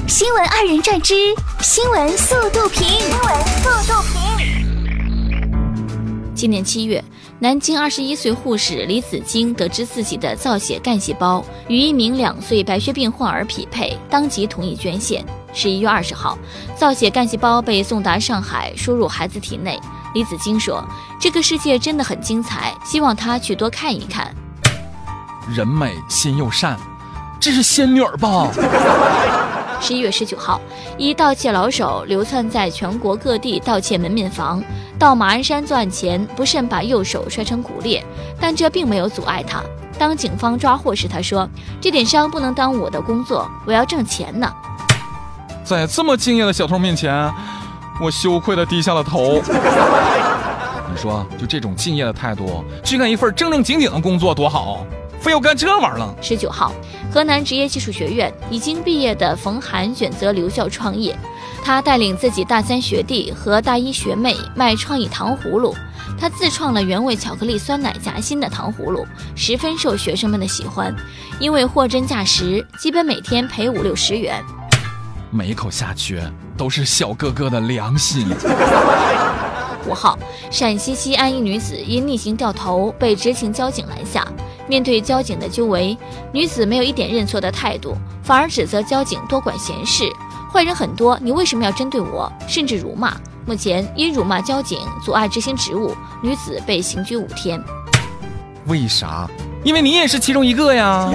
新闻二人转之新闻速度评。 今年7月，南京21岁护士李子京得知自己的造血干细胞与一名2岁白血病患儿匹配，当即同意捐献。11月20号，造血干细胞被送达上海，输入孩子体内。李子京说：“这个世界真的很精彩，希望他去多看一看。” 人美心又善，这是仙女儿吧 ？11月19号，一盗窃老手流窜在全国各地盗窃门面房，到马鞍山作案前不慎把右手摔成骨裂，但这并没有阻碍他。当警方抓获时，他说：“这点伤不能耽误我的工作，我要挣钱呢。” 在这么敬业的小偷面前，我羞愧地低下了头。你说，就这种敬业的态度，去干一份正正经经的工作多好，非要干这玩意儿了。 19号，河南职业技术学院已经毕业的冯涵选择留校创业，他带领自己大3学弟和大1学妹卖创意糖葫芦。他自创了原味巧克力酸奶夹心的糖葫芦，十分受学生们的喜欢，因为货真价实，基本每天赔5、60元。 每一口下去都是小哥哥的良心。 5号，陕西西安一女子因逆行掉头被执勤交警拦下，面对交警的纠围，女子没有一点认错的态度，反而指责交警多管闲事，坏人很多，你为什么要针对我，甚至辱骂。目前因辱骂交警阻碍执行职务，女子被刑拘5天。 为啥？因为你也是其中一个呀。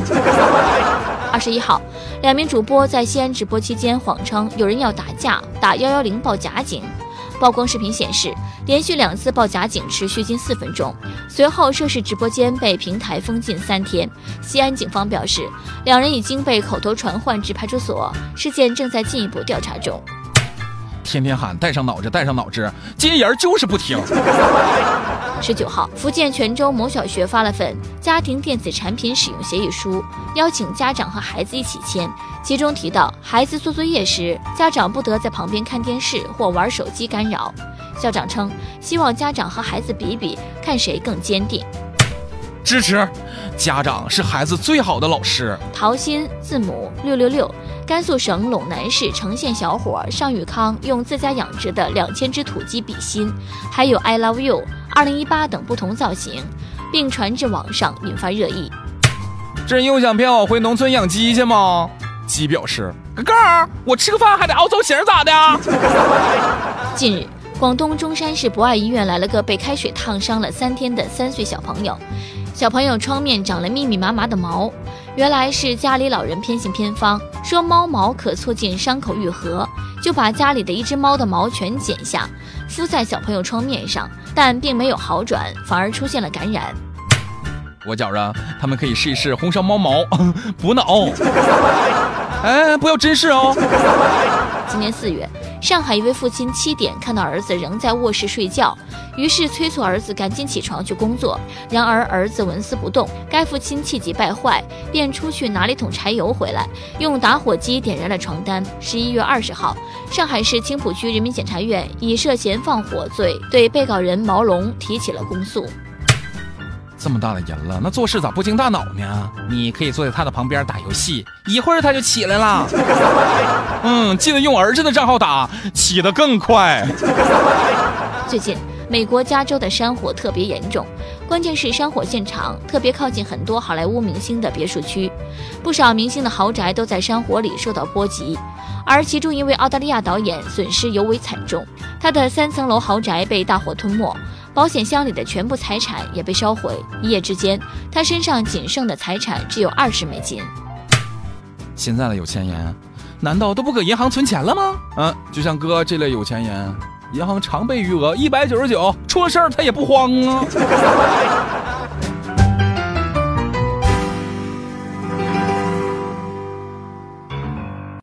21号，2名主播在西安直播期间谎称有人要打架，打110报假警。曝光视频显示，连续2次报假警持续近4分钟，随后涉事直播间被平台封禁3天。西安警方表示，2人已经被口头传唤至派出所，事件正在进一步调查中。 天天喊带上脑子带上脑子，接人就是不听。 19号，福建泉州某小学发了份家庭电子产品使用协议书，邀请家长和孩子一起签，其中提到孩子做作业时，家长不得在旁边看电视或玩手机干扰。校长称，希望家长和孩子比比，看谁更坚定。 支持，家长是孩子最好的老师。 桃心字母666，甘肃省陇南市成县小伙尚玉康用自家养殖的2000只土鸡比心，还有 I love you、2018等不同造型，并传至网上，引发热议。 这又想骗我回农村养鸡去吗？鸡表示：哥哥，我吃个饭还得凹造型咋的？ 近日，广东中山市博爱医院来了个被开水烫伤了3天的3岁小朋友。小朋友窗面长了密密麻麻的毛，原来是家里老人偏信偏方，说猫毛可促进伤口愈合，就把家里的一只猫的毛全剪下，敷在小朋友窗面上，但并没有好转，反而出现了感染。 我觉着他们可以试一试红烧猫毛补脑。哎，不要真是哦。 今年4月，上海一位父亲7点看到儿子仍在卧室睡觉，于是催促儿子赶紧起床去工作。然而儿子纹丝不动，该父亲气急败坏，便出去拿了一桶柴油回来，用打火机点燃了床单。11月20号，上海市青浦区人民检察院以涉嫌放火罪对被告人毛龙提起了公诉。 这么大的人了，那做事咋不经大脑呢？你可以坐在他的旁边打游戏，一会儿他就起来了。记得用儿子的账号打，起得更快。 最近，美国加州的山火特别严重，关键是山火现场特别靠近很多好莱坞明星的别墅区，不少明星的豪宅都在山火里受到波及。而其中一位澳大利亚导演损失尤为惨重，他的3层楼豪宅被大火吞没，保险箱里的全部财产也被烧毁。一夜之间，他身上仅剩的财产只有20美金。 现在的有钱人，难道都不搁银行存钱了吗？就像哥这类有钱人，银行常备余额199，出了事儿他也不慌啊。